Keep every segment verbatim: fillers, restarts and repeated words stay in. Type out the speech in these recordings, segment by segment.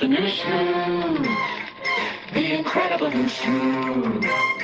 the new shoe. The incredible new shoe.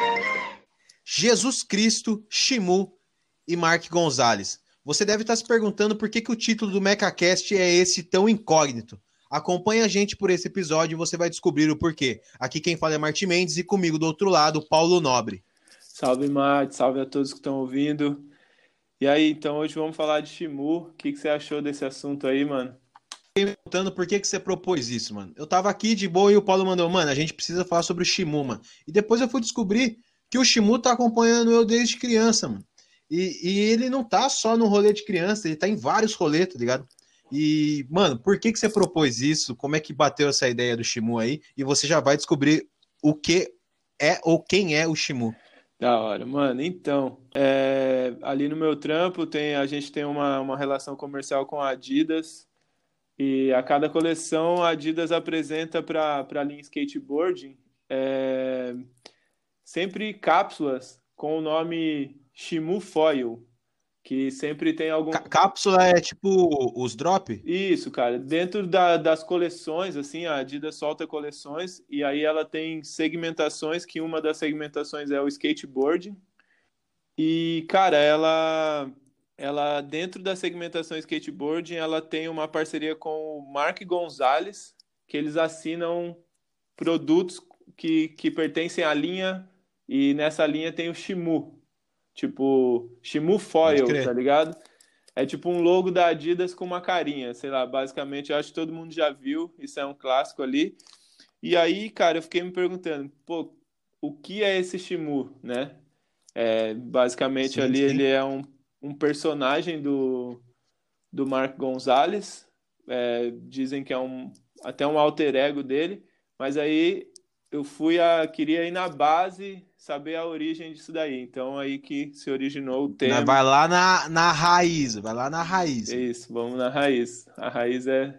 Jesus Cristo, Shimu e Mark Gonzalez. Você deve estar se perguntando por que, que o título do MecaCast é esse tão incógnito. Acompanhe a gente por esse episódio e você vai descobrir o porquê. Aqui quem fala é Martim Mendes e comigo do outro lado, Paulo Nobre. Salve, Mate, salve a todos que estão ouvindo. E aí, então, hoje vamos falar de Shimu. O que, que você achou desse assunto aí, mano? Me perguntando por que, que você propôs isso, mano. Eu tava aqui de boa e o Paulo mandou, mano, a gente precisa falar sobre o Shimu, mano. E depois eu fui descobrir que o Shimu tá acompanhando eu desde criança, mano. E, e ele não tá só no rolê de criança, ele tá em vários rolês, tá ligado? E, mano, por que, que você propôs isso? Como é que bateu essa ideia do Shimu aí? E você já vai descobrir o que é ou quem é o Shimu. Da hora, mano. Então, é, ali no meu trampo tem, a gente tem uma, uma relação comercial com a Adidas e a cada coleção a Adidas apresenta para a linha skateboarding é, sempre cápsulas com o nome Shimu Foil, que sempre tem algum... Cá- cápsula é tipo os drop? Isso, cara. Dentro da- das coleções, assim, a Adidas solta coleções e aí ela tem segmentações, que uma das segmentações é o skateboarding. E, cara, ela, ela dentro da segmentação skateboarding, ela tem uma parceria com o Mark Gonzalez, que eles assinam produtos que, que pertencem à linha e nessa linha tem o Shimu. Tipo, Shimu Pode Foil, crer. tá ligado? É tipo um logo da Adidas com uma carinha, sei lá, basicamente, eu acho que todo mundo já viu, isso é um clássico ali. E aí, cara, eu fiquei me perguntando, pô, o que é esse Shimu, né? É, basicamente Sim, ali sim. ele é um, um personagem do, do Mark Gonzalez, é, dizem que é um, até um alter ego dele, mas aí eu fui a, queria ir na base, saber a origem disso daí, então aí que se originou o Na- termo. Vai lá na, na raiz, vai lá na É raiz. isso, vamos na raiz. A raiz é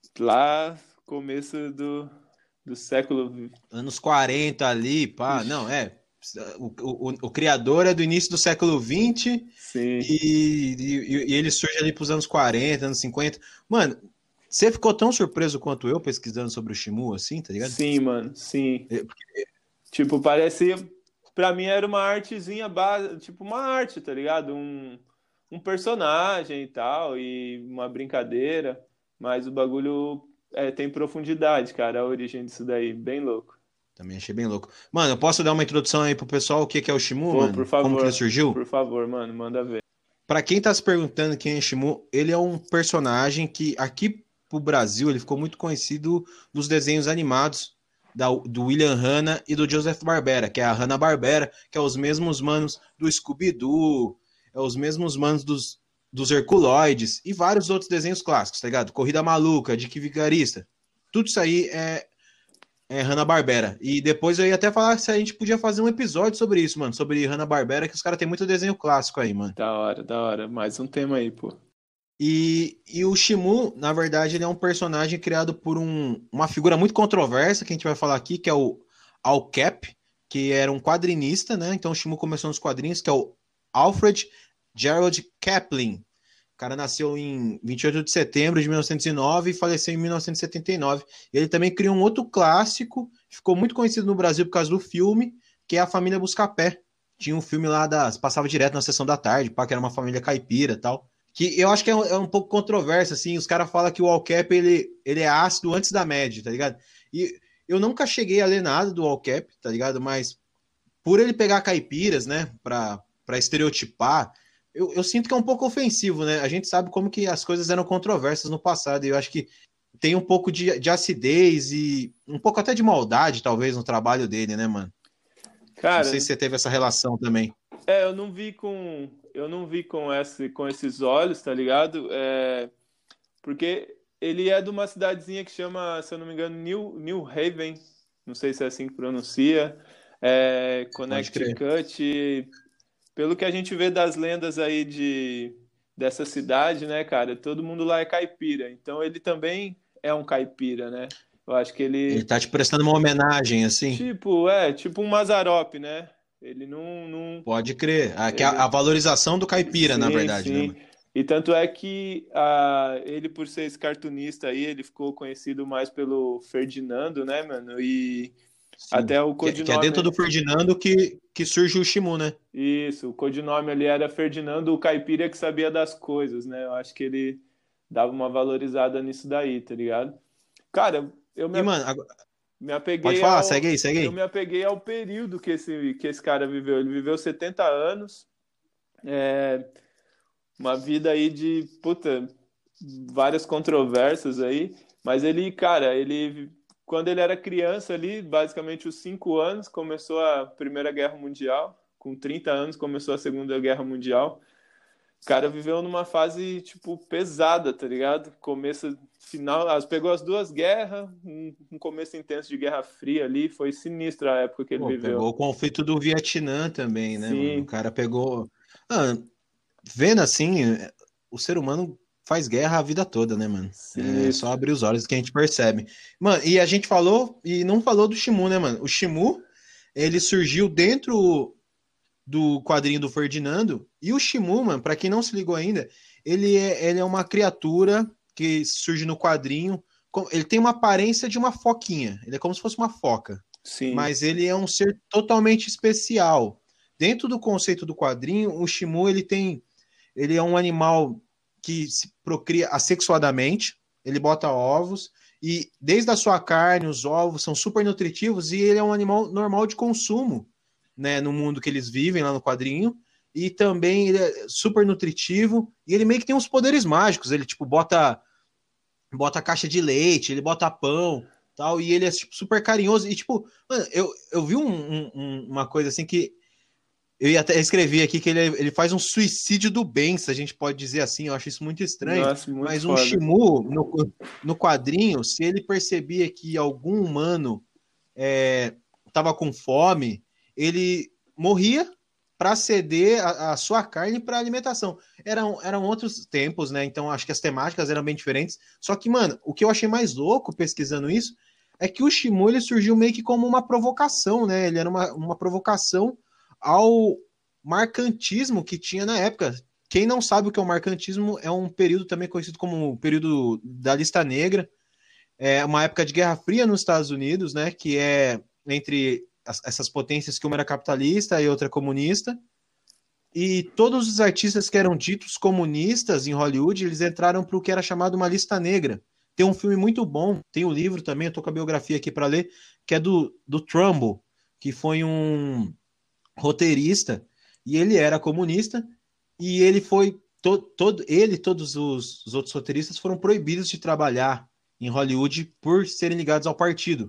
lá, começo do, do século. Anos quarenta ali, pá. Ixi, Não, é. O, o, o criador é do início do século vinte sim, e, e, e ele surge ali pros anos quarenta, anos cinquenta. Mano, você ficou tão surpreso quanto eu pesquisando sobre o Shimu, assim, tá ligado? sim, mano, sim. É, Tipo, parecia. Pra mim era uma artezinha base, tipo uma arte, tá ligado? Um, um personagem e tal, e uma brincadeira, mas o bagulho é, tem profundidade, cara, a origem disso daí, bem louco. Também achei bem louco. Mano, eu posso dar uma introdução aí pro pessoal o que que é o Shimu, Pô, por mano? Como que ele favor, surgiu? por favor, mano, manda ver. Pra quem tá se perguntando quem é Shimu, ele é um personagem que aqui pro Brasil ele ficou muito conhecido dos desenhos animados da- do William Hanna e do Joseph Barbera, que é a Hanna-Barbera, que é os mesmos manos do Scooby-Doo, é os mesmos manos dos, dos Herculoides e vários outros desenhos clássicos, tá ligado? Corrida Maluca, Dick Vigarista. Tudo isso aí é, é Hanna-Barbera. E depois eu ia até falar se a gente podia fazer um episódio sobre isso, mano, sobre Hanna-Barbera, que os caras têm muito desenho clássico aí, mano. Da hora, da hora. Mais um tema aí, pô. E, e o Shimu, na verdade, ele é um personagem criado por um, uma figura muito controversa que a gente vai falar aqui, que é o Al Cap, que era um quadrinista, né? Então o Shimu começou nos quadrinhos, que é o Alfred Gerald Kaplan. O cara nasceu em vinte e oito de setembro de mil novecentos e nove e faleceu em mil novecentos e setenta e nove. Ele também criou um outro clássico, ficou muito conhecido no Brasil por causa do filme, que é A Família Buscapé. Tinha um filme lá, das, passava direto na sessão da tarde, pá, que era uma família caipira e tal. Que eu acho que é um, é um pouco controverso, assim, os caras falam que o Al Cap, ele, ele é ácido antes da média, tá ligado? E eu nunca cheguei a ler nada do Al Cap, tá ligado? Mas por ele pegar caipiras, né, pra, pra estereotipar, eu, eu sinto que é um pouco ofensivo, né? A gente sabe como que as coisas eram controversas no passado, e eu acho que tem um pouco de, de acidez e um pouco até de maldade, talvez, no trabalho dele, né, mano? Não Cara, sei se você teve essa relação também. é, eu não vi com, eu não vi com esse, com esses olhos, tá ligado? É, porque ele é de uma cidadezinha que chama, se eu não me engano, New, New Haven, não sei se é assim que pronuncia, é, Pode crer. Connecticut. E pelo que a gente vê das lendas aí de dessa cidade, né, cara? Todo mundo lá é caipira, então ele também é um caipira, né? Eu acho que Ele ele, tá te prestando uma homenagem, assim. tipo, é, tipo um Mazzaropi, né? Ele não, não, Pode crer. A, que a, ele a valorização do caipira, na sim, verdade, né, sim. mano? E tanto é que ah, ele, por ser esse cartunista aí, ele ficou conhecido mais pelo Ferdinando, né, mano? E Sim. até o Que, que é dentro codinome. do Ferdinando que, que surge o Shimu, né? Isso, o codinome ali era Ferdinando o Caipira que sabia das coisas, né? Eu acho que ele dava uma valorizada nisso daí, tá ligado? Cara, eu me, E, mano, agora- me pode apeguei falar, segue ao aí, segue eu aí. me apeguei ao período que esse que esse cara viveu. Ele viveu setenta anos, é, uma vida aí de puta, várias controvérsias aí, mas ele, cara, ele quando ele era criança ali, basicamente os cinco anos, começou a Primeira Guerra Mundial. Com trinta anos começou a Segunda Guerra Mundial. O cara viveu numa fase, tipo, pesada, tá ligado? Começo, final, as, pegou as duas guerras, um, um começo intenso de Guerra Fria ali, foi sinistra a época que ele Pô, pegou viveu. o conflito do Vietnã também, né, mano? O Sim, cara pegou. Ah, vendo assim, o ser humano faz guerra a vida toda, né, mano? É só sinistro. abrir os olhos que a gente percebe. Mano, e a gente falou e não falou do Shimu, né, mano? O Shimu, ele surgiu dentro do quadrinho do Ferdinando. E o Shimu, mano, pra quem não se ligou ainda, ele é, ele é uma criatura que surge no quadrinho. com- Ele tem uma aparência de uma foquinha. Ele é como se fosse uma foca. Sim, Mas ele é um ser totalmente especial. Dentro do conceito do quadrinho, o Shimu ele tem ele é um animal que se procria assexuadamente, ele bota ovos, e desde a sua carne, os ovos são super nutritivos, e ele é um animal normal de consumo, né, no mundo que eles vivem lá no quadrinho, e também ele é super nutritivo, e ele meio que tem uns poderes mágicos, ele tipo bota bota caixa de leite, ele bota pão, tal, e ele é tipo, super carinhoso, e tipo, mano, eu, eu vi um, um, uma coisa assim que eu ia até escrever aqui que ele, ele faz um suicídio do bem, se a gente pode dizer assim. Eu acho isso muito estranho. nossa, muito Mas um foda. Shimu, no, no quadrinho, se ele percebia que algum humano estava com fome, ele morria para ceder a, a sua carne para alimentação. Eram, eram outros tempos, né? Então acho que as temáticas eram bem diferentes. Só que, mano, o que eu achei mais louco pesquisando isso é que o Shimu ele surgiu meio que como uma provocação, né? Ele era uma, uma provocação ao marcantismo que tinha na época. Quem não sabe o que é o marcantismo é um período também conhecido como o período da lista negra, é uma época de Guerra Fria nos Estados Unidos, né, que é entre as, essas potências que uma era capitalista e outra comunista, e todos os artistas que eram ditos comunistas em Hollywood, eles entraram para o que era chamado uma lista negra. Tem um filme muito bom, tem o um livro também, eu tô com a biografia aqui para ler, que é do, do Trumbo, que foi um roteirista, e ele era comunista, e ele foi, to, todo, ele e todos os, os outros roteiristas foram proibidos de trabalhar em Hollywood por serem ligados ao partido.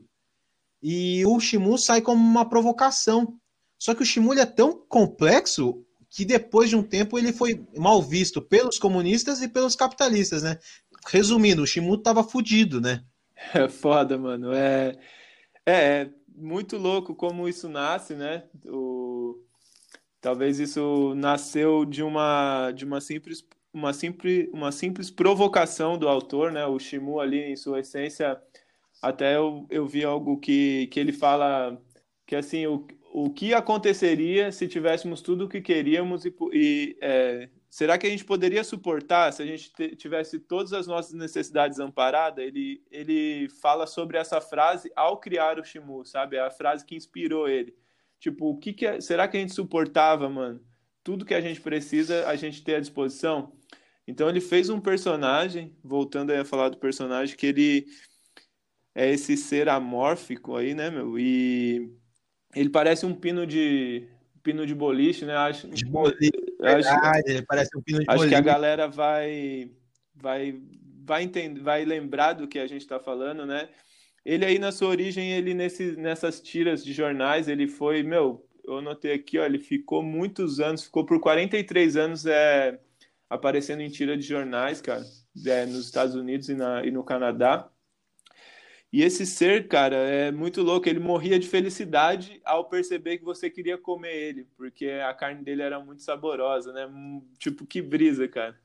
E o Shimu sai como uma provocação. Só que o Shimu ele é tão complexo que depois de um tempo ele foi mal visto pelos comunistas e pelos capitalistas, né? Resumindo, o Shimu tava fudido, né? É foda, mano. É, é, é muito louco como isso nasce, né? O, talvez isso nasceu de uma de uma simples uma simples uma simples provocação do autor, né? O Shimu ali em sua essência, até eu, eu vi algo que, que ele fala que assim o, o que aconteceria se tivéssemos tudo o que queríamos e, e é, será que a gente poderia suportar se a gente te- tivesse todas as nossas necessidades amparadas? Ele ele fala sobre essa frase ao criar o Shimu, sabe? É a frase que inspirou ele. Tipo, o que que é- será que a gente suportava, mano? Tudo que a gente precisa, a gente ter à disposição. Então ele fez um personagem, voltando aí a falar do personagem, que ele é esse ser amórfico aí, né, meu? E ele parece um pino de pino de boliche, né? Acho, De boliche, acho, verdade, ele parece um pino de acho que a boliche. galera vai vai vai entender, vai lembrar do que a gente está falando, né? Ele aí na sua origem, ele nesse, nessas tiras de jornais, ele foi, meu, eu notei aqui, ó, ele ficou muitos anos, ficou por quarenta e três anos é, aparecendo em tira de jornais, cara, é, nos Estados Unidos e, na, e no Canadá. E esse ser, cara, é muito louco. Ele morria de felicidade ao perceber que você queria comer ele, porque a carne dele era muito saborosa, né? Hum, Tipo, que brisa, cara.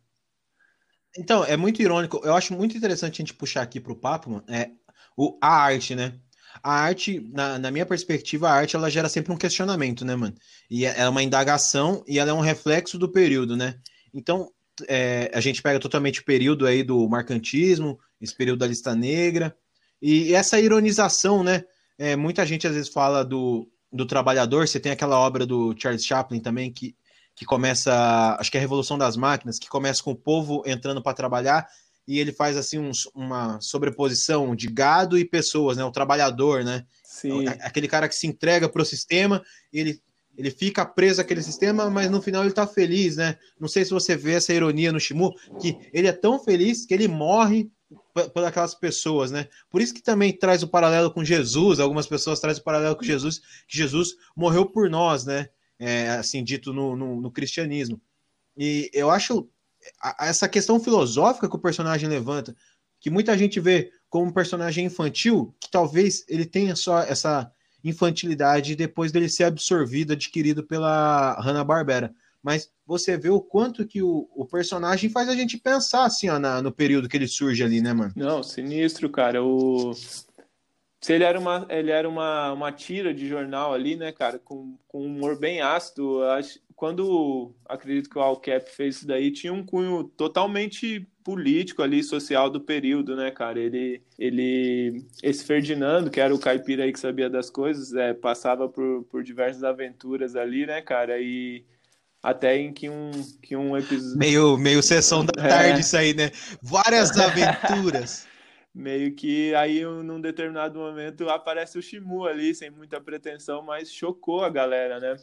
Então, é muito irônico. Eu acho muito interessante a gente puxar aqui pro papo, mano, é o, a arte, né? A arte, na, na minha perspectiva, a arte ela gera sempre um questionamento, né, mano? E é é uma indagação e ela é um reflexo do período, né? Então, é, a gente pega totalmente o período aí do mercantismo, esse período da lista negra, e essa ironização, né? É, muita gente às vezes fala do, do trabalhador, você tem aquela obra do Charles Chaplin também, que, que começa, acho que é a Revolução das Máquinas, que começa com o povo entrando para trabalhar, e ele faz assim um, uma sobreposição de gado e pessoas, né? O trabalhador, né? Sim. Aquele cara que se entrega para o sistema, ele, ele fica preso àquele sistema, mas no final ele tá feliz, né? Não sei se você vê essa ironia no Shimu, que ele é tão feliz que ele morre por aquelas pessoas, né? Por isso que também traz o paralelo com Jesus, algumas pessoas trazem o paralelo com Jesus, que Jesus morreu por nós, né? É, assim, dito no, no, no cristianismo. E eu acho essa questão filosófica que o personagem levanta, que muita gente vê como um personagem infantil, que talvez ele tenha só essa infantilidade depois dele ser absorvido, adquirido pela Hanna-Barbera. Mas você vê o quanto que o, o personagem faz a gente pensar, assim, ó, na, no período que ele surge ali, né, mano? Não, sinistro, cara. O... Se ele era uma, ele era uma, uma tira de jornal ali, né, cara, com, com um humor bem ácido. Acho, quando acredito que o Al Cap fez isso daí, tinha um cunho totalmente político ali, social do período, né, cara? Ele, ele, esse Ferdinando, que era o caipira aí que sabia das coisas, é, passava por, por diversas aventuras ali, né, cara? E até em que um, que um episódio. Meio, meio sessão da tarde, É. isso aí, né? Várias aventuras. Meio que aí, num determinado momento, aparece o Shimu ali, sem muita pretensão, mas chocou a galera, né?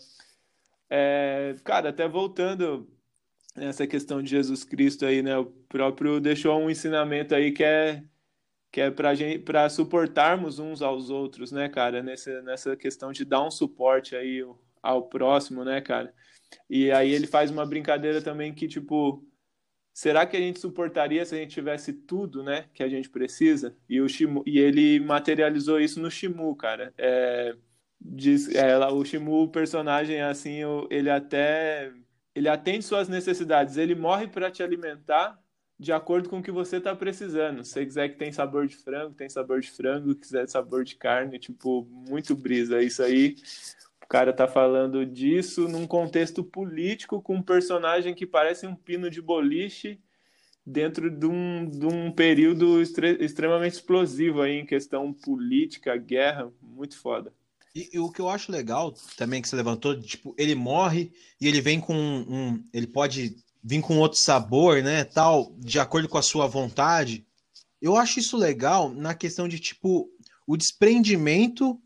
É, cara, até voltando nessa questão de Jesus Cristo aí, né? O próprio deixou um ensinamento aí que é, que é pra gente, para suportarmos uns aos outros, né, cara? Nessa, nessa questão de dar um suporte aí ao próximo, né, cara? E aí ele faz uma brincadeira também que, tipo, será que a gente suportaria se a gente tivesse tudo, né, que a gente precisa? E, o Shimu, e ele materializou isso no Shimu, cara. É, diz, é, o Shimu, o personagem, assim, ele até... Ele atende suas necessidades. Ele morre para te alimentar de acordo com o que você está precisando. Se você quiser que tem sabor de frango, tem sabor de frango. Se quiser sabor de carne, tipo, muito brisa. Isso aí... O cara tá falando disso num contexto político com um personagem que parece um pino de boliche dentro de um, de um período estre- extremamente explosivo aí em questão política, guerra, muito foda. E, e o que eu acho legal também que você levantou, tipo, ele morre e ele vem com um, um- ele pode vir com outro sabor, né, tal, de acordo com a sua vontade. Eu acho isso legal na questão de, tipo, o desprendimento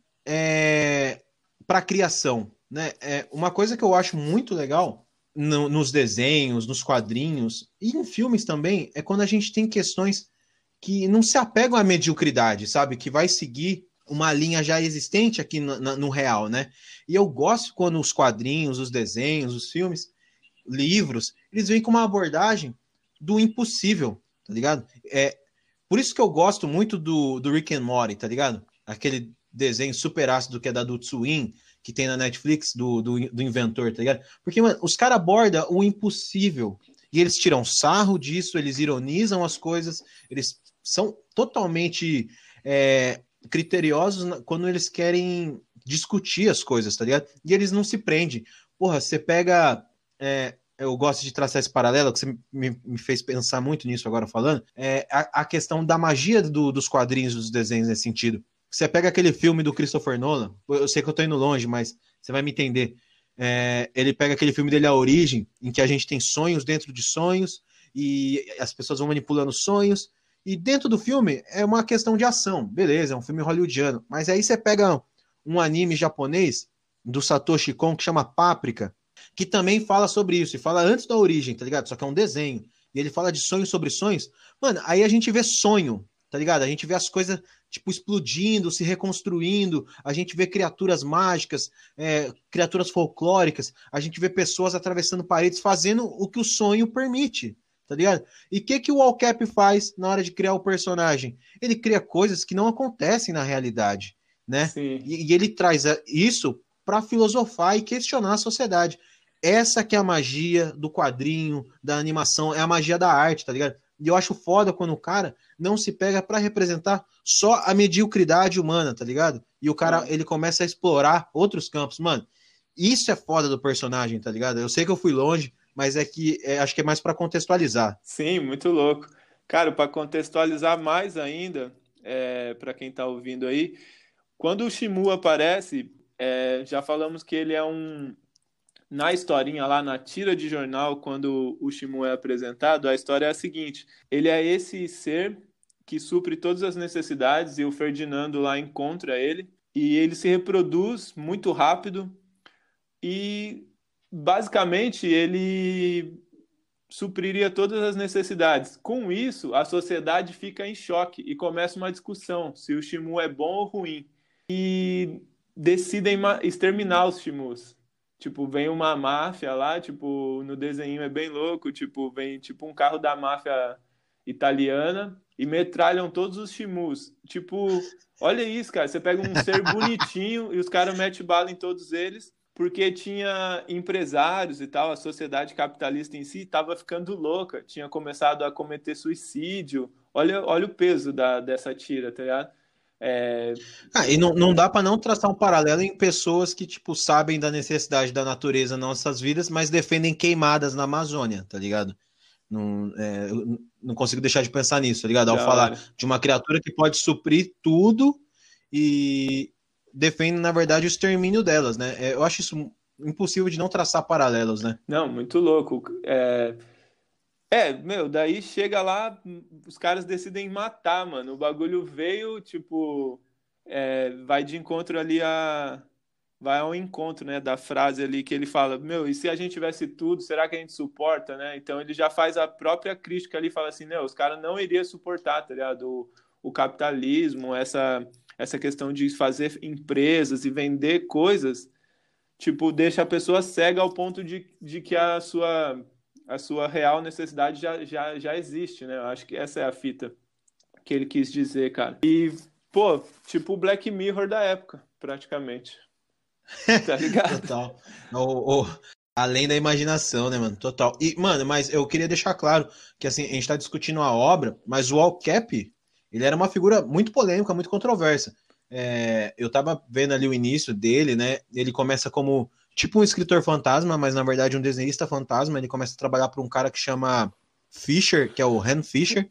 é, para a criação, né? É, uma coisa que eu acho muito legal no- nos desenhos, nos quadrinhos e em filmes também é quando a gente tem questões que não se apegam à mediocridade, sabe? Que vai seguir uma linha já existente aqui no, na- no real, né? E eu gosto quando os quadrinhos, os desenhos, os filmes, livros, eles vêm com uma abordagem do impossível, tá ligado? É, por isso que eu gosto muito do, do Rick and Morty, tá ligado? Aquele desenho super ácido que é da Adult Swim, que tem na Netflix, do, do, do inventor, tá ligado? Porque, mano, os caras abordam o impossível. E eles tiram sarro disso, eles ironizam as coisas, eles são totalmente é, criteriosos na- quando eles querem discutir as coisas, tá ligado? E eles não se prendem. Porra, você pega. é, eu gosto de traçar esse paralelo, que você me, me fez pensar muito nisso agora falando, é a, a questão da magia do- dos quadrinhos, dos desenhos nesse sentido. Você pega aquele filme do Christopher Nolan, eu sei que eu tô indo longe, mas você vai me entender. É, ele pega aquele filme dele, A Origem, em que a gente tem sonhos dentro de sonhos, e as pessoas vão manipulando sonhos, e dentro do filme é uma questão de ação, beleza, é um filme hollywoodiano, mas aí você pega um anime japonês, do Satoshi Kon, que chama Páprica, que também fala sobre isso, e fala antes da Origem, tá ligado? Só que é um desenho, e ele fala de sonhos sobre sonhos, mano, aí a gente vê sonho, tá ligado? A gente vê as coisas, tipo, explodindo, se reconstruindo, a gente vê criaturas mágicas, é, criaturas folclóricas, a gente vê pessoas atravessando paredes, fazendo o que o sonho permite, tá ligado? E o que, que o Al Cap faz na hora de criar o personagem? Ele cria coisas que não acontecem na realidade, né? Sim. E, e ele traz a- isso para filosofar e questionar a sociedade. Essa que é a magia do quadrinho, da animação, é a magia da arte, tá ligado? E eu acho foda quando o cara não se pega para representar só a mediocridade humana, tá ligado? E o cara, Ah. ele começa a explorar outros campos. Mano, isso é foda do personagem, tá ligado? Eu sei que eu fui longe, mas é que é, acho que é mais para contextualizar. Sim, muito louco. Cara, para contextualizar mais ainda, é, para quem está ouvindo aí, quando o Shimu aparece, é, já falamos que ele é um. Na historinha lá, na tira de jornal, quando o Shimu é apresentado, a história é a seguinte: ele é esse ser que supre todas as necessidades e o Ferdinando lá encontra ele e ele se reproduz muito rápido e basicamente ele supriria todas as necessidades. Com isso, a sociedade fica em choque e começa uma discussão se o Shimu é bom ou ruim. E decidem ma- exterminar os Shimus. Tipo, vem uma máfia lá, tipo, no desenho é bem louco, tipo, vem tipo um carro da máfia italiana e metralham todos os Shimus. Tipo, olha isso, cara, você pega um ser bonitinho e os caras metem bala em todos eles porque tinha empresários e tal, a sociedade capitalista em si estava ficando louca, tinha começado a cometer suicídio. Olha, olha o peso da, dessa tira, tá ligado? É, Ah, e não, não dá para não traçar um paralelo em pessoas que, tipo, sabem da necessidade da natureza nas nossas vidas, mas defendem queimadas na Amazônia, tá ligado? Não, é, eu não consigo deixar de pensar nisso, tá ligado? Ao da falar hora. de uma criatura que pode suprir tudo e defende, na verdade, o extermínio delas, né? É, eu acho isso impossível de não traçar paralelos, né? Não, muito louco. É, é, meu, daí chega lá, os caras decidem matar, mano. O bagulho veio, tipo, é, vai de encontro ali a. Vai ao encontro, né, da frase ali que ele fala, meu, e se a gente tivesse tudo, será que a gente suporta, né? Então ele já faz a própria crítica ali, fala assim, não, os caras não iriam suportar, tá ligado? O, o capitalismo, essa, essa questão de fazer empresas e vender coisas, tipo, deixa a pessoa cega ao ponto de, de que a sua, a sua real necessidade já, já, já existe, né? Eu acho que essa é a fita que ele quis dizer, cara. E, pô, tipo o Black Mirror da época, praticamente. Tá ligado? Total. O, o- além da imaginação, né, mano? Total. E, mano, mas eu queria deixar claro que, assim, a gente tá discutindo a obra, mas o Al Cap, ele era uma figura muito polêmica, muito controversa. É, eu tava vendo ali o início dele, né? Ele começa como, tipo, um escritor fantasma, mas, na verdade, um desenhista fantasma. Ele começa a trabalhar para um cara que chama Fisher, que é o Han Fisher,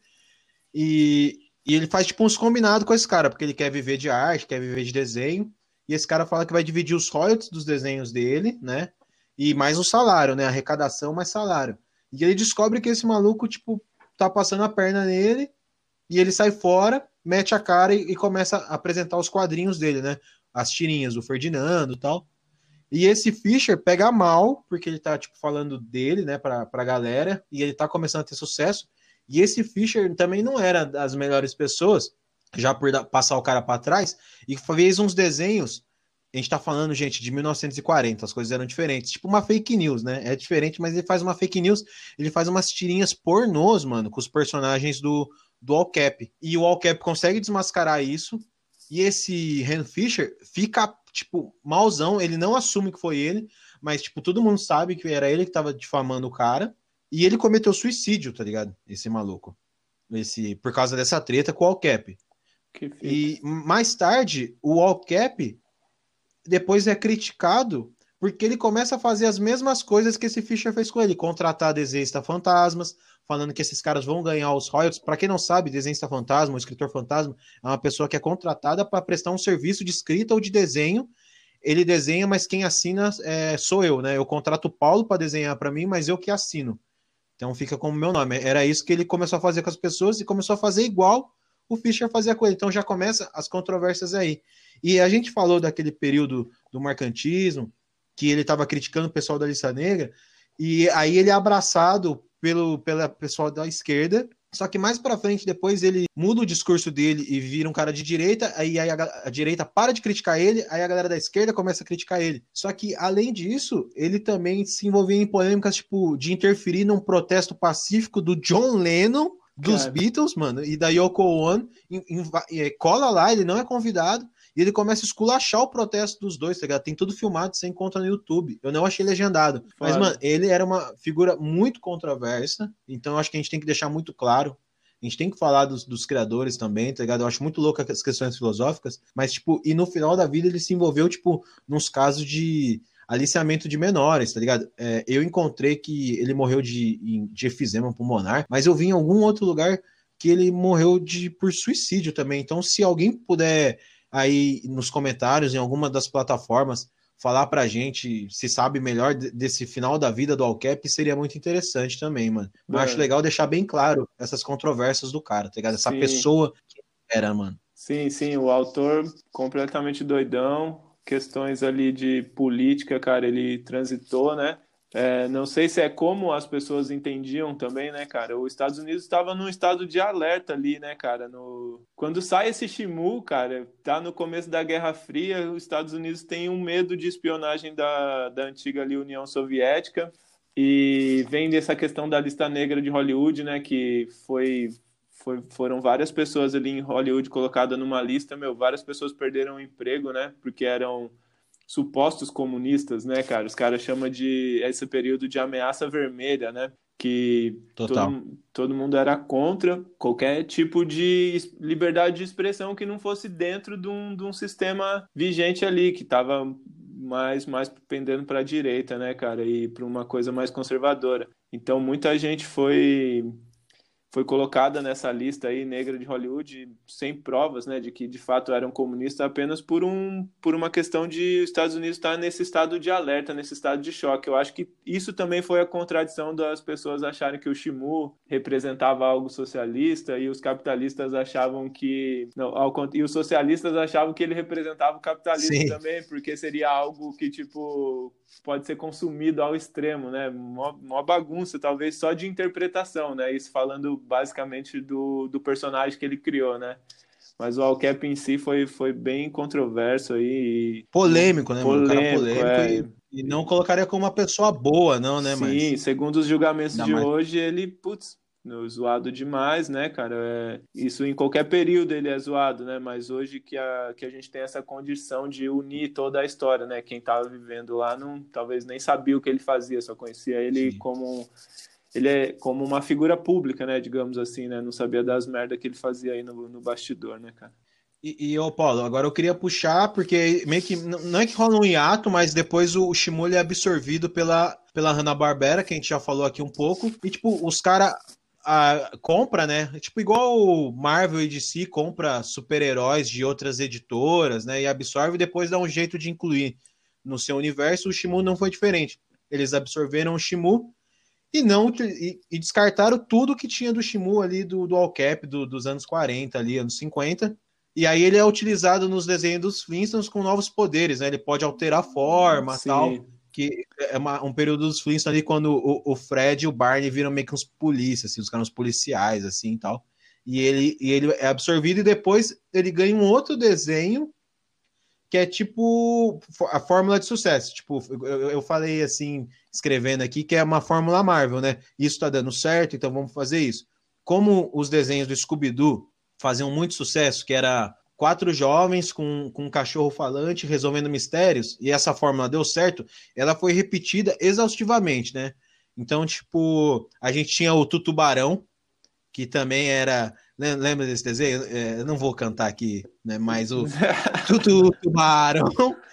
e, e ele faz, tipo, uns combinados com esse cara, porque ele quer viver de arte, quer viver de desenho, e esse cara fala que vai dividir os royalties dos desenhos dele, né? E mais o salário, né? Arrecadação mais salário. E ele descobre que esse maluco, tipo, tá passando a perna nele, e ele sai fora, mete a cara e, e começa a apresentar os quadrinhos dele, né? As tirinhas do Ferdinando e tal. E esse Fischer pega mal, porque ele tá, tipo, falando dele, né, pra, pra galera, e ele tá começando a ter sucesso. E esse Fischer também não era das melhores pessoas, já por da- passar o cara pra trás, e fez uns desenhos. A gente tá falando, gente, de mil novecentos e quarenta, as coisas eram diferentes. Tipo uma fake news, né? É diferente, mas ele faz uma fake news, ele faz umas tirinhas pornôs, mano, com os personagens do, do All Cap. E o All Cap consegue desmascarar isso, e esse Han Fisher fica, tipo, mauzão, ele não assume que foi ele, mas, tipo, todo mundo sabe que era ele que tava difamando o cara, e ele cometeu suicídio, tá ligado? Esse maluco. Esse, por causa dessa treta com o All Cap. Que fita. E mais tarde, o All Cap depois é criticado porque ele começa a fazer as mesmas coisas que esse Fischer fez com ele, contratar desenhista fantasmas, falando que esses caras vão ganhar os royalties. Para quem não sabe, desenhista fantasma, o escritor fantasma, é uma pessoa que é contratada para prestar um serviço de escrita ou de desenho. Ele desenha, mas quem assina é, sou eu, né? Eu contrato o Paulo para desenhar para mim, mas eu que assino. Então fica como meu nome. Era isso que ele começou a fazer com as pessoas e começou a fazer igual o Fischer fazia com ele. Então já começa as controvérsias aí. E a gente falou daquele período do marcantismo, que ele estava criticando o pessoal da lista negra, e aí ele é abraçado pelo pela pessoal da esquerda. Só que mais para frente, depois ele muda o discurso dele e vira um cara de direita, aí a, a direita para de criticar ele, aí a galera da esquerda começa a criticar ele. Só que, além disso, ele também se envolvia em polêmicas, tipo, de interferir num protesto pacífico do John Lennon, dos Cara, Beatles, mano, e da Yoko Ono, em, em, cola lá, ele não é convidado, e ele começa a esculachar o protesto dos dois, tá ligado? Tem tudo filmado, você encontra no YouTube. Eu não achei legendado. Mas, mano, foda. ele era uma figura muito controversa, então eu acho que a gente tem que deixar muito claro. A gente tem que falar dos, dos criadores também, tá ligado? Eu acho muito louco as questões filosóficas, mas, tipo, e no final da vida ele se envolveu, tipo, nos casos de aliciamento de menores, tá ligado? É, eu encontrei que ele morreu de, de efizema pulmonar, mas eu vi em algum outro lugar que ele morreu de, por suicídio também. Então, se alguém puder aí nos comentários, em alguma das plataformas, falar pra gente se sabe melhor desse final da vida do Alcap, seria muito interessante também, mano. Eu acho Mano, legal deixar bem claro essas controvérsias do cara, tá ligado? Essa sim, pessoa que era, mano. sim, sim, o autor completamente doidão, questões ali de política, cara, ele transitou, né? É, não sei se é como as pessoas entendiam também, né, cara? Os Estados Unidos estava num estado de alerta ali, né, cara? No... Quando sai esse Shimu, cara, tá no começo da Guerra Fria, os Estados Unidos têm um medo de espionagem da, da antiga ali União Soviética e vem dessa questão da lista negra de Hollywood, né, que foi, foi foram várias pessoas ali em Hollywood colocadas numa lista, meu, várias pessoas perderam o emprego, né, porque eram supostos comunistas, né, cara? Os caras chamam de esse período de ameaça vermelha, né? Que Total. todo, todo mundo era contra qualquer tipo de liberdade de expressão que não fosse dentro de um, de um sistema vigente ali, que estava mais, mais pendendo para a direita, né, cara? E para uma coisa mais conservadora. Então, muita gente foi foi colocada nessa lista aí negra de Hollywood sem provas, né, de que de fato eram comunistas apenas por um por uma questão de os Estados Unidos estar nesse estado de alerta, nesse estado de choque. Eu acho que isso também foi a contradição das pessoas acharem que o Shimu representava algo socialista e os capitalistas achavam que não, ao, e os socialistas achavam que ele representava o capitalismo Sim. também, porque seria algo que tipo pode ser consumido ao extremo, né? Mó, mó bagunça, talvez só de interpretação, né? Isso falando basicamente do, do personagem que ele criou, né? Mas o Alcap em si foi, foi bem controverso aí, e Polêmico, né, mano? O cara polêmico, polêmico é. e, e não colocaria como uma pessoa boa, não, né? Sim, Mas segundo os julgamentos ainda de mais. hoje, ele, putz, no- zoado demais, né, cara? É, isso em qualquer período ele é zoado, né? Mas hoje que a, que a gente tem essa condição de unir toda a história, né? Quem tava vivendo lá não, talvez nem sabia o que ele fazia, só conhecia ele Sim. como ele é como uma figura pública, né? Digamos assim, né? Não sabia das merdas que ele fazia aí no, no bastidor, né, cara? E, e ô Paulo, agora eu queria puxar, porque meio que n- não é que rola um hiato, mas depois o, o Shimulli é absorvido pela, pela Hanna-Barbera, que a gente já falou aqui um pouco, e tipo, os caras compra, né? Tipo, igual o Marvel e D C compra super-heróis de outras editoras, né? E absorve e depois dá um jeito de incluir no seu universo. O Shimu não foi diferente. Eles absorveram o Shimu e não e, e descartaram tudo que tinha do Shimu ali do, do All Cap do, dos anos quarenta ali, anos cinquenta. E aí ele é utilizado nos desenhos dos Flintstones com novos poderes, né? Ele pode alterar a forma, tal, Sim, que é uma, um período dos Flintstones ali quando o, o Fred e o Barney viram meio que uns polícias, assim, os caras uns policiais, assim, tal. E ele, e ele é absorvido e depois ele ganha um outro desenho que é tipo a fórmula de sucesso. Tipo, eu, eu falei assim, escrevendo aqui, que é uma fórmula Marvel, né? Isso tá dando certo, então vamos fazer isso. Como os desenhos do Scooby-Doo faziam muito sucesso, que era quatro jovens com, com um cachorro falante resolvendo mistérios, e essa fórmula deu certo, ela foi repetida exaustivamente, né? Então, tipo, a gente tinha o Tutubarão, que também era. Lembra desse desenho? É, eu não vou cantar aqui, né? Mas o Tutu Tubarão,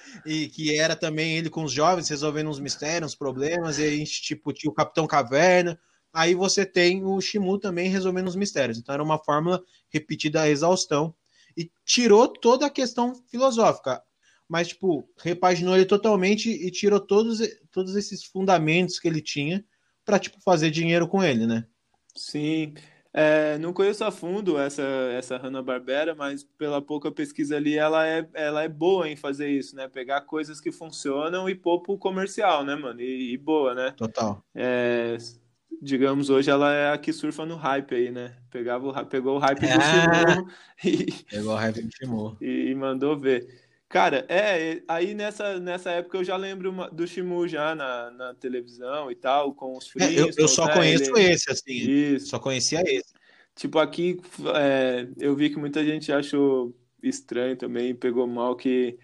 e que era também ele com os jovens resolvendo uns mistérios, uns problemas, e a gente, tipo, tinha o Capitão Caverna. Aí você tem o Shimu também resolvendo os mistérios. Então era uma fórmula repetida à exaustão. E tirou toda a questão filosófica. Mas, tipo, repaginou ele totalmente e tirou todos, todos esses fundamentos que ele tinha para tipo, fazer dinheiro com ele, né? sim. É, não conheço a fundo essa, essa Hanna-Barbera, mas pela pouca pesquisa ali, ela é, ela é boa em fazer isso, né? Pegar coisas que funcionam e pôr pro comercial, né, mano? E, e boa, né? Total. É, digamos, hoje ela é a que surfa no hype aí, né? Pegava o, hy- pegou o hype do Ah, Shimu e, pegou a raiva de Shimu. e mandou ver. Cara, é, aí nessa, nessa época eu já lembro uma- do Shimu já na, na televisão e tal, com os É, eu, eu Flintstones, só né? conheço Ele, esse, assim. isso. Só conhecia esse. Tipo, aqui é, eu vi que muita gente achou estranho também, pegou mal que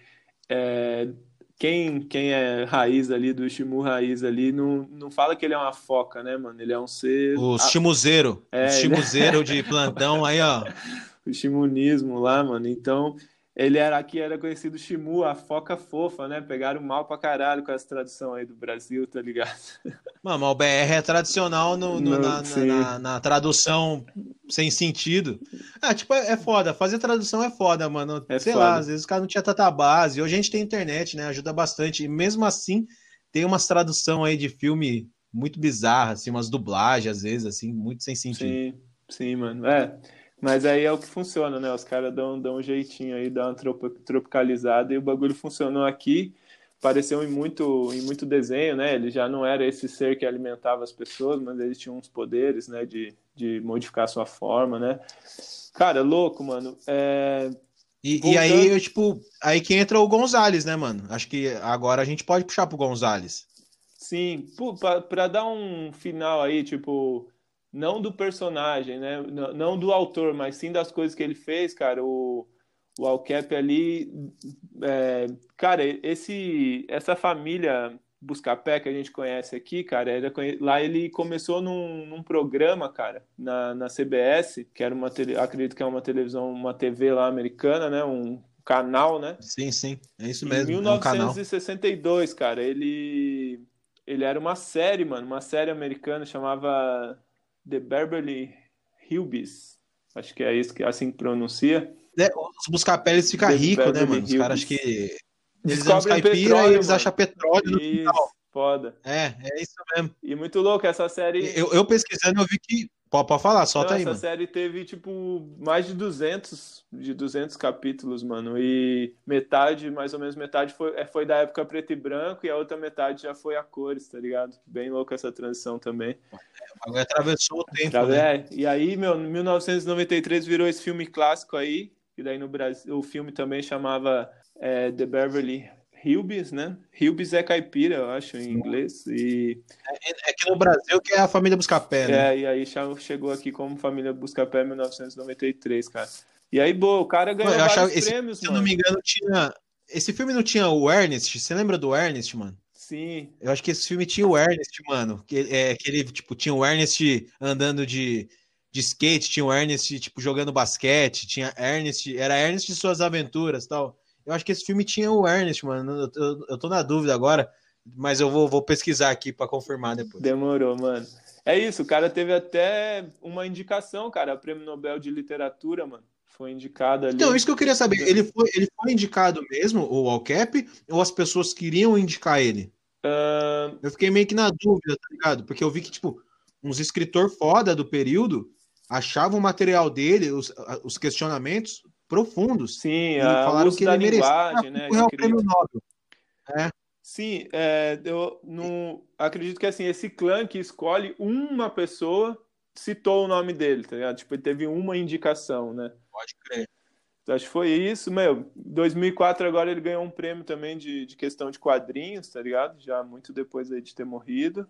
é, quem, quem é raiz ali, do Shimu raiz ali, não, não fala que ele é uma foca, né, mano? Ele é um ser. Os ah, chimuzeiro. Os É, ele chimuzeiro de plantão aí, ó. o shimunismo lá, mano. Então, Ele era aqui, era conhecido Shimu, a foca fofa, né? Pegaram mal pra caralho com essa tradução aí do Brasil, tá ligado? Mano, mas o B R é tradicional no, no- No, na, na, sim, na- na tradução sem sentido. Ah, tipo, é, é foda. Fazer tradução é foda, mano. é Sei lá, foda. às vezes o cara não tinha tanta base. Hoje a gente tem internet, né? Ajuda bastante. E mesmo assim, tem umas tradução aí de filme muito bizarras, assim, umas dublagens, às vezes, assim, muito sem sentido. Sim, sim, mano. É, mas aí é o que funciona, né? Os caras dão, dão um jeitinho aí, dão uma tropo- tropicalizada e o bagulho funcionou aqui. Apareceu em muito, em muito desenho, né? Ele já não era esse ser que alimentava as pessoas, mas ele tinha uns poderes, né? De, de modificar a sua forma, né? Cara, louco, mano. É, E, e aí, voltando, eu, tipo, aí que entra o Gonzalez, né, mano? Acho que agora a gente pode puxar pro Gonzalez. sim, pô, pra, pra dar um final aí, tipo, não do personagem, né? Não, não do autor, mas sim das coisas que ele fez, cara. O, o Al Cap ali, é, cara, esse, essa família Buscapé que a gente conhece aqui, cara, era, conhe- lá ele começou num, num programa, cara, na, na C B S, que era uma, tele, acredito que é uma televisão, uma T V lá americana, né? Um canal, né? Sim, sim, é isso Em mesmo, é um canal. mil novecentos e sessenta e dois, cara, ele ele era uma série, mano, uma série americana chamava The Beverly Hillbillies. Acho que é isso que assim que pronuncia. É, os busca-peles ficam The ricos, né, Beverly mano? Os caras acham Hillbillies. que eles eram os Descobrem caipira e petróleo, eles mano. acham petróleo no Isso, quintal. foda. É, é isso mesmo. E muito louco essa série. Eu, eu pesquisando, eu vi que. Pode, pode falar, Não, solta aí, essa mano. série teve, tipo, mais de duzentos, de duzentos capítulos, mano. E metade, mais ou menos metade, foi, é, foi da época preto e branco e a outra metade já foi a cores, tá ligado? Bem louco essa transição também. O bagulho atravessou o tempo, Tra- né? é, e aí, meu, em mil novecentos e noventa e três virou esse filme clássico aí, e daí no Brasil, o filme também chamava é, The Beverly Hillbillies, né? Hillbillies é caipira, eu acho, em inglês. E, É que no Brasil que é a família Buscapé, né? é, e aí cha- chegou aqui como Família Buscapé em mil novecentos e noventa e três, cara. E aí, boa, o cara Mano, ganhou eu achava. vários Esse, prêmios, se eu não me mano. engano, tinha. Esse filme não tinha o Ernest? Você lembra do Ernest, mano? Sim, Eu acho que esse filme tinha o Ernest, mano. Que, é, que ele, tipo, tinha o Ernest andando de, de skate, tinha o Ernest, tipo, jogando basquete, tinha Ernest, era Ernest de Suas Aventuras e tal. Eu acho que esse filme tinha o Ernest, mano. Eu, eu, eu tô na dúvida agora, mas eu vou, vou pesquisar aqui pra confirmar depois. demorou, mano. É isso, o cara teve até uma indicação, cara, Prêmio Nobel de Literatura, mano. Foi indicado Então, ali. isso que eu queria saber, ele foi, ele foi indicado mesmo, o Al Cap, ou as pessoas queriam indicar ele? Ahn, Eu fiquei meio que na dúvida, tá ligado? Porque eu vi que, tipo, uns escritor foda do período achavam o material dele, os, os questionamentos profundos, sim, e a- o falaram uso que da ele merecia linguagem, né, concorrer ao prêmio escrita. Nobel. É, Sim, é, eu não acredito que assim, esse clã que escolhe uma pessoa citou o nome dele, tá ligado? Tipo, ele teve uma indicação, né? pode crer. Acho que foi isso, meu. Em dois mil e quatro agora ele ganhou um prêmio também de, de questão de quadrinhos, tá ligado? Já muito depois aí de ter morrido.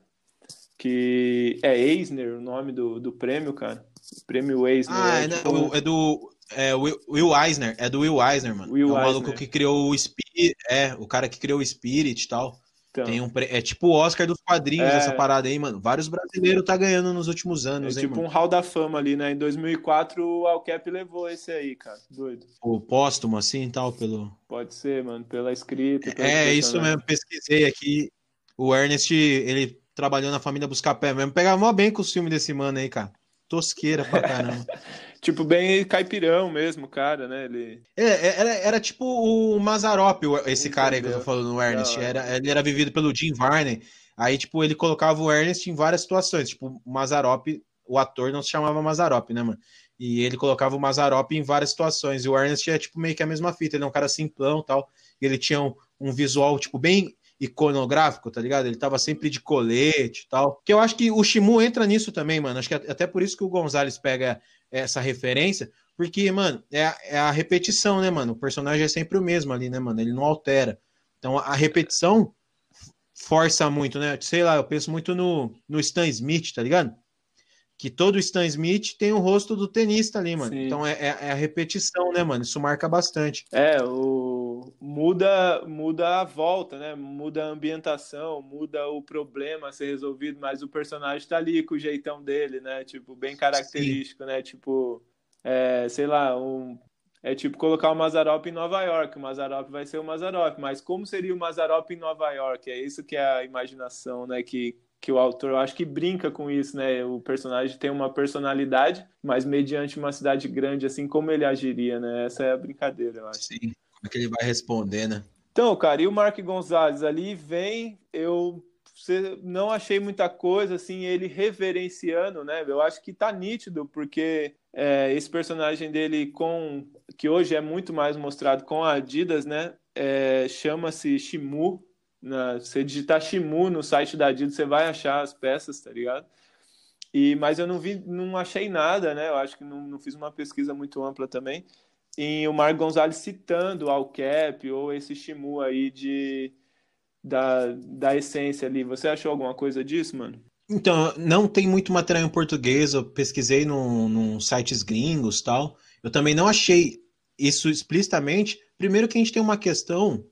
Que é Eisner o nome do, do prêmio, cara. Prêmio Eisner, Ah, é é, né, tipo o- um é do é, Will, Will Eisner, é do Will Eisner, mano. É Will o maluco Eisner. que criou o Spirit, é, o cara que criou o Spirit e tal. Tem Então, um, pre- é tipo o Oscar dos quadrinhos essa é, parada aí, mano. Vários brasileiros tá ganhando nos últimos é anos, hein, tipo mano. um hall da fama ali, né? Em dois mil e quatro o Al Cap levou esse aí, cara. Doido. O póstumo assim e tal, pelo. Pode ser, mano, pela escrita, pelos É, isso personagens. mesmo, pesquisei aqui. O Ernest, ele trabalhou na família Buscapé mesmo. Pegava mó bem com os filmes desse mano aí, cara. Tosqueira pra caramba. Tipo, bem caipirão mesmo, cara, né? Ele É, é, Era, era tipo o Mazzaropi, o- esse cara aí que eu tô entendeu. falando, o Da Ernest. hora. Era, ele era vivido pelo Jim Varney. Aí, tipo, ele colocava o Ernest em várias situações. Tipo, o Mazzaropi, o ator não se chamava Mazzaropi, né, mano? E ele colocava o Mazzaropi em várias situações. E o Ernest é, tipo, meio que a mesma fita. Ele é um cara simplão e tal. E ele tinha um, um visual, tipo, bem iconográfico, tá ligado? Ele tava sempre de colete e tal. Que eu acho que o Shimu entra nisso também, mano. Acho que é até por isso que o Gonzalez pega essa referência, porque, mano, é a, é a repetição, né, mano? O personagem é sempre o mesmo ali, né, mano? Ele não altera. Então a repetição força muito, né? Sei lá, eu penso muito no, no Stan Smith, tá ligado? Que todo Stan Smith tem o rosto do tenista ali, mano. Sim. Então é, é, é a repetição, né, mano? Isso marca bastante. É, o muda muda a volta, né? Muda a ambientação, muda o problema a ser resolvido, mas o personagem tá ali com o jeitão dele, né? Tipo, bem Sim. característico, né? Tipo, é, sei lá, um É tipo colocar o Mazarop em Nova York. O Mazarop vai ser o Mazarop. Mas como seria o Mazarop em Nova York? É isso que é a imaginação, né? Que, que o autor, eu acho que brinca com isso, né? O personagem tem uma personalidade, mas mediante uma cidade grande, assim, como ele agiria, né? Essa é a brincadeira, eu acho. Sim, como é que ele vai responder, né? Então, cara, e o Mark Gonzalez ali vem, eu cê- não achei muita coisa, assim, ele reverenciando, né? Eu acho que tá nítido, porque é, esse personagem dele, com que hoje é muito mais mostrado com a Adidas, né? É, chama-se Shimu. Na, você digitar Shimu no site da Adidas, você vai achar as peças, tá ligado? E, mas eu não vi, não achei nada, né? Eu acho que não, não fiz uma pesquisa muito ampla também. Em o Marco Gonzalez citando ao Cap ou esse Shimu aí de, da, da essência ali. Você achou alguma coisa disso, mano? Então, não tem muito material em português, eu pesquisei num, num sites gringos e tal. Eu também não achei isso explicitamente. Primeiro que a gente tem uma questão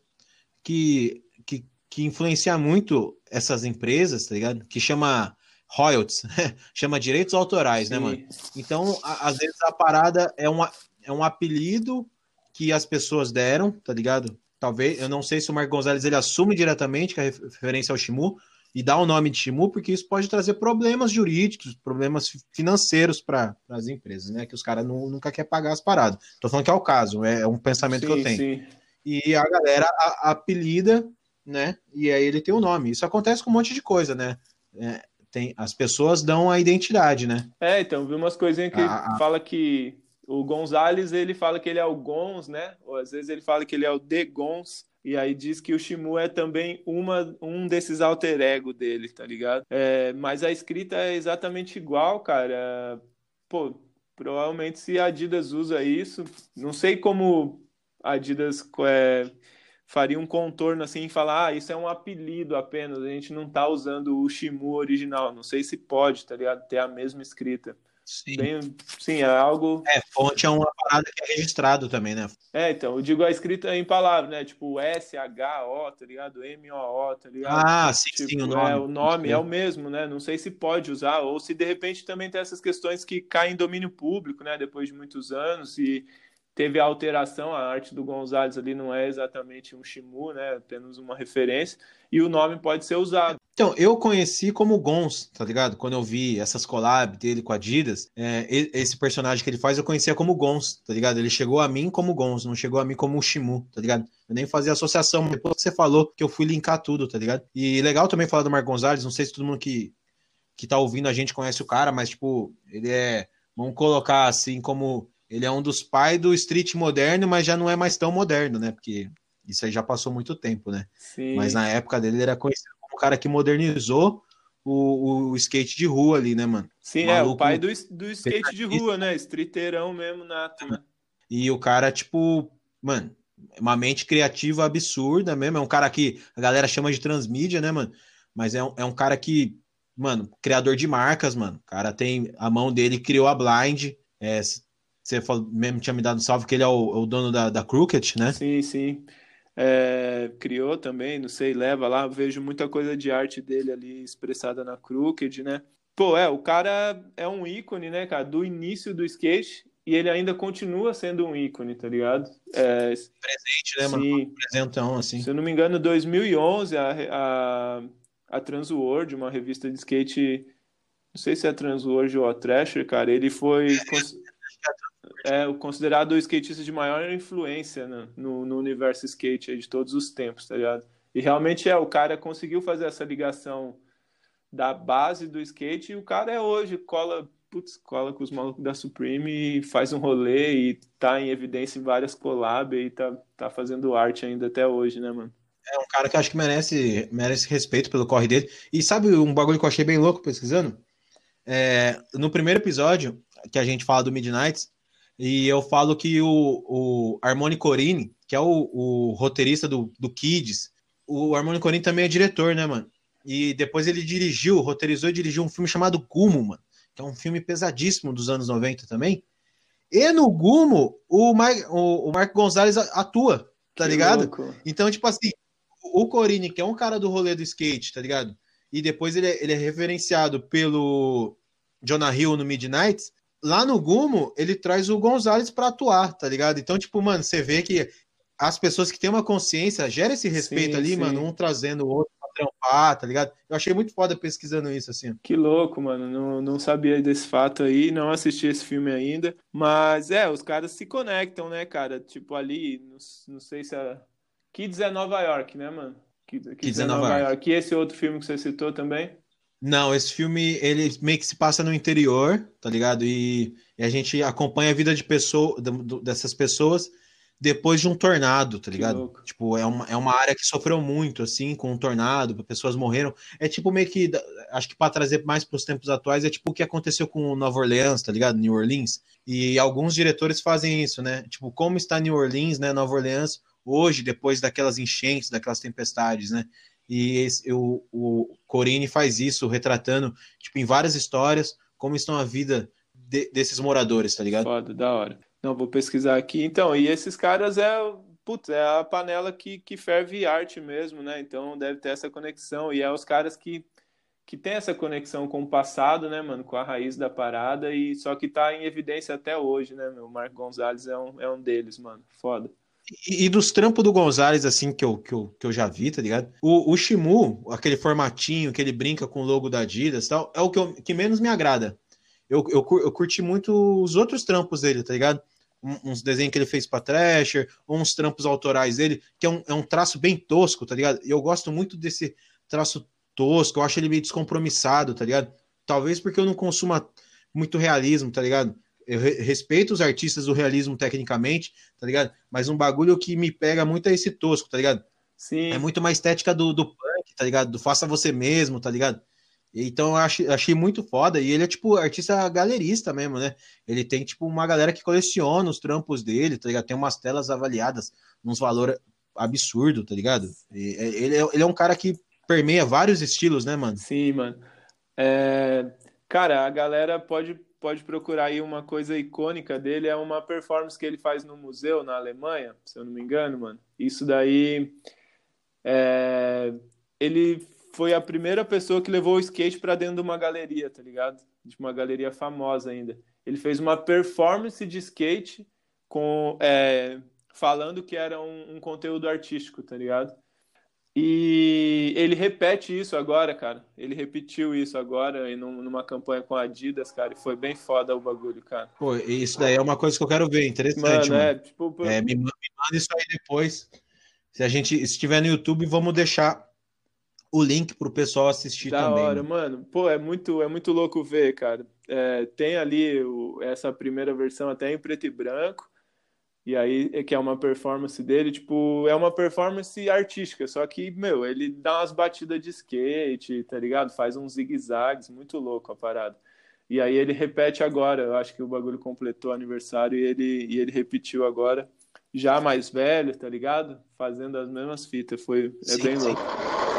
que, que, que influencia muito essas empresas, tá ligado? Que chama royalties, chama direitos autorais, né, mano? Sim, Então, a- às vezes a parada é um, a- é um apelido que as pessoas deram, tá ligado? Talvez, eu não sei se o Marco Gonzalez ele assume diretamente que é referência ao Shimu e dá o nome de Shimu, porque isso pode trazer problemas jurídicos, problemas fi- financeiros para as empresas, né? Que os caras nu- nunca querem pagar as paradas. Tô falando que é o caso, é, é um pensamento que eu sim, tenho. sim. E a galera a- apelida, né? E aí ele tem o nome. Isso acontece com um monte de coisa, né? É, tem, as pessoas dão a identidade, né? É, então, vi umas coisinhas A, que a- fala que o Gonzalez, ele fala que ele é o Gonz, né? Ou às vezes ele fala que ele é o The Gonz, e aí diz que o Shimu é também uma, um desses alter ego dele, tá ligado? É, mas a escrita é exatamente igual, cara. Pô, provavelmente se a Adidas usa isso, não sei como a Adidas é, faria um contorno assim e falar, ah, isso é um apelido apenas, a gente não tá usando o Shimu original. Não sei se pode, tá ligado? Ter a mesma escrita. sim. Bem, sim, é algo. É, fonte é uma parada que é registrado também, né? É, então, eu digo a escrita em palavras, né? Tipo S H O, tá ligado? M O O, tá ligado? Ah, sim, sim, o Tipo, é, nome. o Pode nome é o crer. mesmo, né? Não sei se pode usar, ou se de repente também tem essas questões que caem em domínio público, né? Depois de muitos anos, e teve a alteração, a arte do Gonzalez ali não é exatamente um Shimu, né? Apenas uma referência, e o nome pode ser usado. Então, eu conheci como Gons, tá ligado? Quando eu vi essas collabs dele com a Adidas, é, e- esse personagem que ele faz, eu conhecia como Gons, tá ligado? Ele chegou a mim como Gons, não chegou a mim como Shimu, tá ligado? Eu nem fazia associação, mas depois que você falou que eu fui linkar tudo, tá ligado? E legal também falar do Marco Gonzalez, não sei se todo mundo que, que tá ouvindo a gente conhece o cara, mas, tipo, ele é, vamos colocar assim, como ele é um dos pais do street moderno, mas já não é mais tão moderno, né? Porque isso aí já passou muito tempo, né? Mas Sim, na época dele ele era conhecido como o cara que modernizou o, o skate de rua ali, né, mano? sim, é o pai Maluco do, do skate de rua, pesadíssimo. né? Streeteirão mesmo, nato, né? E o cara, tipo, mano, uma mente criativa absurda mesmo. É um cara que a galera chama de transmídia, né, mano? Mas é um, é um cara que, mano, criador de marcas, mano. O cara tem. A mão dele criou a Blind. É, você falou, mesmo tinha me dado um salve que ele é o, é o dono da, da Crooked, né? Sim, sim. É, criou também, não sei, leva lá, vejo muita coisa de arte dele ali expressada na Crooked, né? Pô, é, o cara é um ícone, né, cara, do início do skate e ele ainda continua sendo um ícone, tá ligado? É, Presente, né, mano? sim, Presentão, se assim. eu não me engano, em dois mil e onze, a, a, a Transworld, uma revista de skate, não sei se é a Transworld ou a Thrasher, cara, ele foi cons- é o considerado o skatista de maior influência, né, no, no universo skate aí de todos os tempos, tá ligado? E realmente é, o cara conseguiu fazer essa ligação da base do skate e o cara é hoje, cola, putz, cola com os malucos da Supreme e faz um rolê e tá em evidência em várias collabs e tá, tá fazendo arte ainda até hoje, né, mano? É um cara que eu acho que merece, merece respeito pelo corre dele. E sabe um bagulho que eu achei bem louco pesquisando? É, no primeiro episódio, que a gente fala do Midnights, e eu falo que o, o Harmony Corine, que é o, o roteirista do, do Kids, o Harmony Corine também é diretor, né, mano? E depois ele dirigiu, roteirizou e dirigiu um filme chamado Gumo, mano, que é um filme pesadíssimo dos anos noventa também. E no Gumo, o, Mar, o, o Marco Gonzalez atua, tá Que ligado? louco. Então, tipo assim, o Corine, que é um cara do rolê do skate, tá ligado? E depois ele é, ele é referenciado pelo Jonah Hill no Midnight. lá no Gumo, ele traz o Gonzalez pra atuar, tá ligado? Então, tipo, mano, você vê que as pessoas que têm uma consciência gera esse respeito Sim, ali, sim. mano, um trazendo o outro pra trampar, tá ligado? Eu achei muito foda pesquisando isso, assim. Que louco, mano. Não, não sabia desse fato aí, não assisti esse filme ainda. Mas é, os caras se conectam, né, cara? Tipo, ali, não, não sei se é. Kids é Nova York, né, mano? Kids, Kids Kids é é Nova Nova York. York. E esse outro filme que você citou também? Não, esse filme, ele meio que se passa no interior, tá ligado? E, e a gente acompanha a vida de pessoa, do- do- dessas pessoas depois de um tornado, tá Que ligado? louco. Tipo, é uma, é uma área que sofreu muito, assim, com um tornado, pessoas morreram. É tipo meio que, da- acho que para trazer mais para os tempos atuais, é tipo o que aconteceu com Nova Orleans, tá ligado? New Orleans. E alguns diretores fazem isso, né? Tipo, como está New Orleans, né? Nova Orleans, hoje, depois daquelas enchentes, daquelas tempestades, né? E esse, o, o Corini faz isso, retratando, tipo, em várias histórias, como estão a vida de- desses moradores, tá ligado? Foda, da hora. Não, vou pesquisar aqui. Então, e esses caras é, putz, é a panela que, que ferve arte mesmo, né? Então deve ter essa conexão. E é os caras que, que tem essa conexão com o passado, né, mano? Com a raiz da parada, e só que tá em evidência até hoje, né, meu? O Marco Gonzalez é um, é um deles, mano. Foda. E, e dos trampos do Gonzalez, assim, que eu, que eu, que eu já vi, tá ligado? O, o Shimu, aquele formatinho que ele brinca com o logo da Adidas e tal, é o que, eu, que menos me agrada. Eu, eu, cur- eu curti muito os outros trampos dele, tá ligado? Um- uns desenhos que ele fez pra Thrasher, ou uns trampos autorais dele, que é um, é um traço bem tosco, tá ligado? E eu gosto muito desse traço tosco, eu acho ele meio descompromissado, tá ligado? Talvez porque eu não consuma muito realismo, tá ligado? Eu re- respeito os artistas do realismo tecnicamente, tá ligado? Mas um bagulho que me pega muito é esse tosco, tá ligado? É Sim, muito uma estética do, do punk, tá ligado? Do faça você mesmo, tá ligado? Então eu achei, achei muito foda. E ele é, tipo, artista galerista mesmo, né? Ele tem, tipo, uma galera que coleciona os trampos dele, tá ligado? Tem umas telas avaliadas nos valores absurdo, tá ligado? E, é- ele, é, ele é um cara que permeia vários estilos, né, mano? sim, mano. É, cara, a galera pode, pode procurar aí uma coisa icônica dele, é uma performance que ele faz no museu na Alemanha, se eu não me engano, mano. Isso daí, é, ele foi a primeira pessoa que levou o skate pra dentro de uma galeria, tá ligado? De uma galeria famosa ainda. Ele fez uma performance de skate com, é, falando que era um, um conteúdo artístico, tá ligado? E ele repete isso agora, cara. Ele repetiu isso agora em num- numa campanha com a Adidas, cara. E foi bem foda o bagulho, cara. Pô, isso daí é uma coisa que eu quero ver, interessante, Mano, mano. é, tipo, É, pô, me, ma- me manda isso aí depois. Se a gente estiver no YouTube, vamos deixar o link pro pessoal assistir da também, hora, mano. mano. Pô, é muito, é muito louco ver, cara. É, tem ali o- essa primeira versão até em preto e branco. E aí, é que é uma performance dele, tipo, é uma performance artística, só que, meu, ele dá umas batidas de skate, tá ligado? Faz uns zigue-zagues, muito louco a parada. E aí ele repete agora, eu acho que o bagulho completou o aniversário e ele, e ele repetiu agora, já mais velho, tá ligado? Fazendo as mesmas fitas, foi, é Sim, bem sim. louco.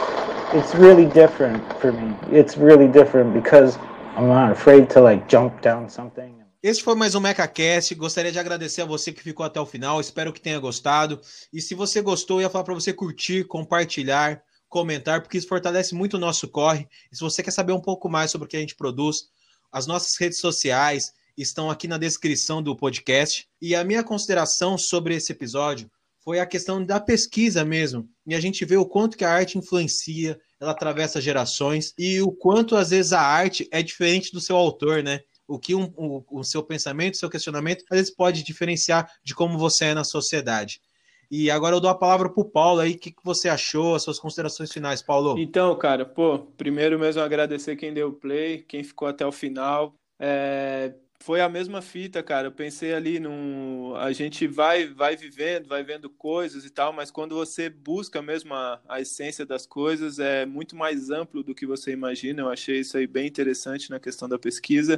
It's really different for me. It's really different because I'm not afraid to like jump down something. Esse foi mais um MecaCast. Gostaria de agradecer a você que ficou até o final. Espero que tenha gostado. E se você gostou, eu ia falar para você curtir, compartilhar, comentar, porque isso fortalece muito o nosso corre. E se você quer saber um pouco mais sobre o que a gente produz, as nossas redes sociais estão aqui na descrição do podcast. E a minha consideração sobre esse episódio foi a questão da pesquisa mesmo. E a gente vê o quanto que a arte influencia, ela atravessa gerações, e o quanto às vezes a arte é diferente do seu autor, né? O que um, o, o seu pensamento, o seu questionamento, às vezes pode diferenciar de como você é na sociedade. E agora eu dou a palavra para o Paulo aí. O que, que você achou, as suas considerações finais, Paulo? Então, cara, pô, primeiro mesmo agradecer quem deu play, quem ficou até o final. É, foi a mesma fita, cara. Eu pensei ali num. A gente vai, vai vivendo, vai vendo coisas e tal, mas quando você busca mesmo a, a essência das coisas, é muito mais amplo do que você imagina. Eu achei isso aí bem interessante na questão da pesquisa.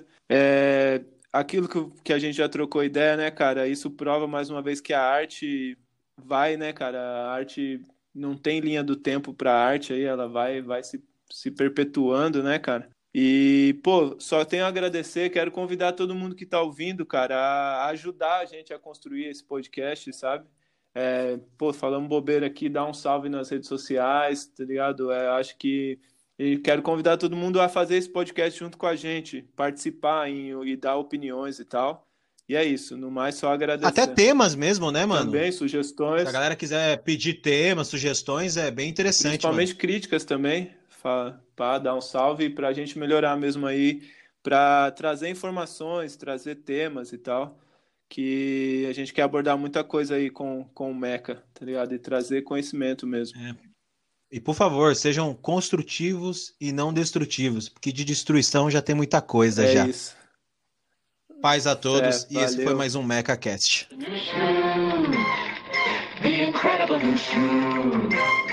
É, aquilo que, que a gente já trocou ideia, né, cara? Isso prova mais uma vez que a arte vai, né, cara? A arte não tem linha do tempo para a arte aí, ela vai, vai se, se perpetuando, né, cara? E, pô, só tenho a agradecer, quero convidar todo mundo que tá ouvindo, cara, a ajudar a gente a construir esse podcast, sabe? É, pô, falando bobeira aqui, dá um salve nas redes sociais, tá ligado? É, acho que E quero convidar todo mundo a fazer esse podcast junto com a gente, participar em, e dar opiniões e tal. E é isso, no mais só agradecer. Até temas mesmo, né, mano? Também, Se sugestões. a galera quiser pedir temas, sugestões, é bem interessante, Principalmente mano. críticas também, para dar um salve para a gente melhorar mesmo aí, para trazer informações, trazer temas e tal, que a gente quer abordar muita coisa aí com, com o Mecha, tá ligado? E trazer conhecimento mesmo. É. E por favor, sejam construtivos e não destrutivos, porque de destruição já tem muita coisa É já. isso. Paz a todos, Fé, e esse foi valeu. mais um MechaCast. The Incredible Shoe.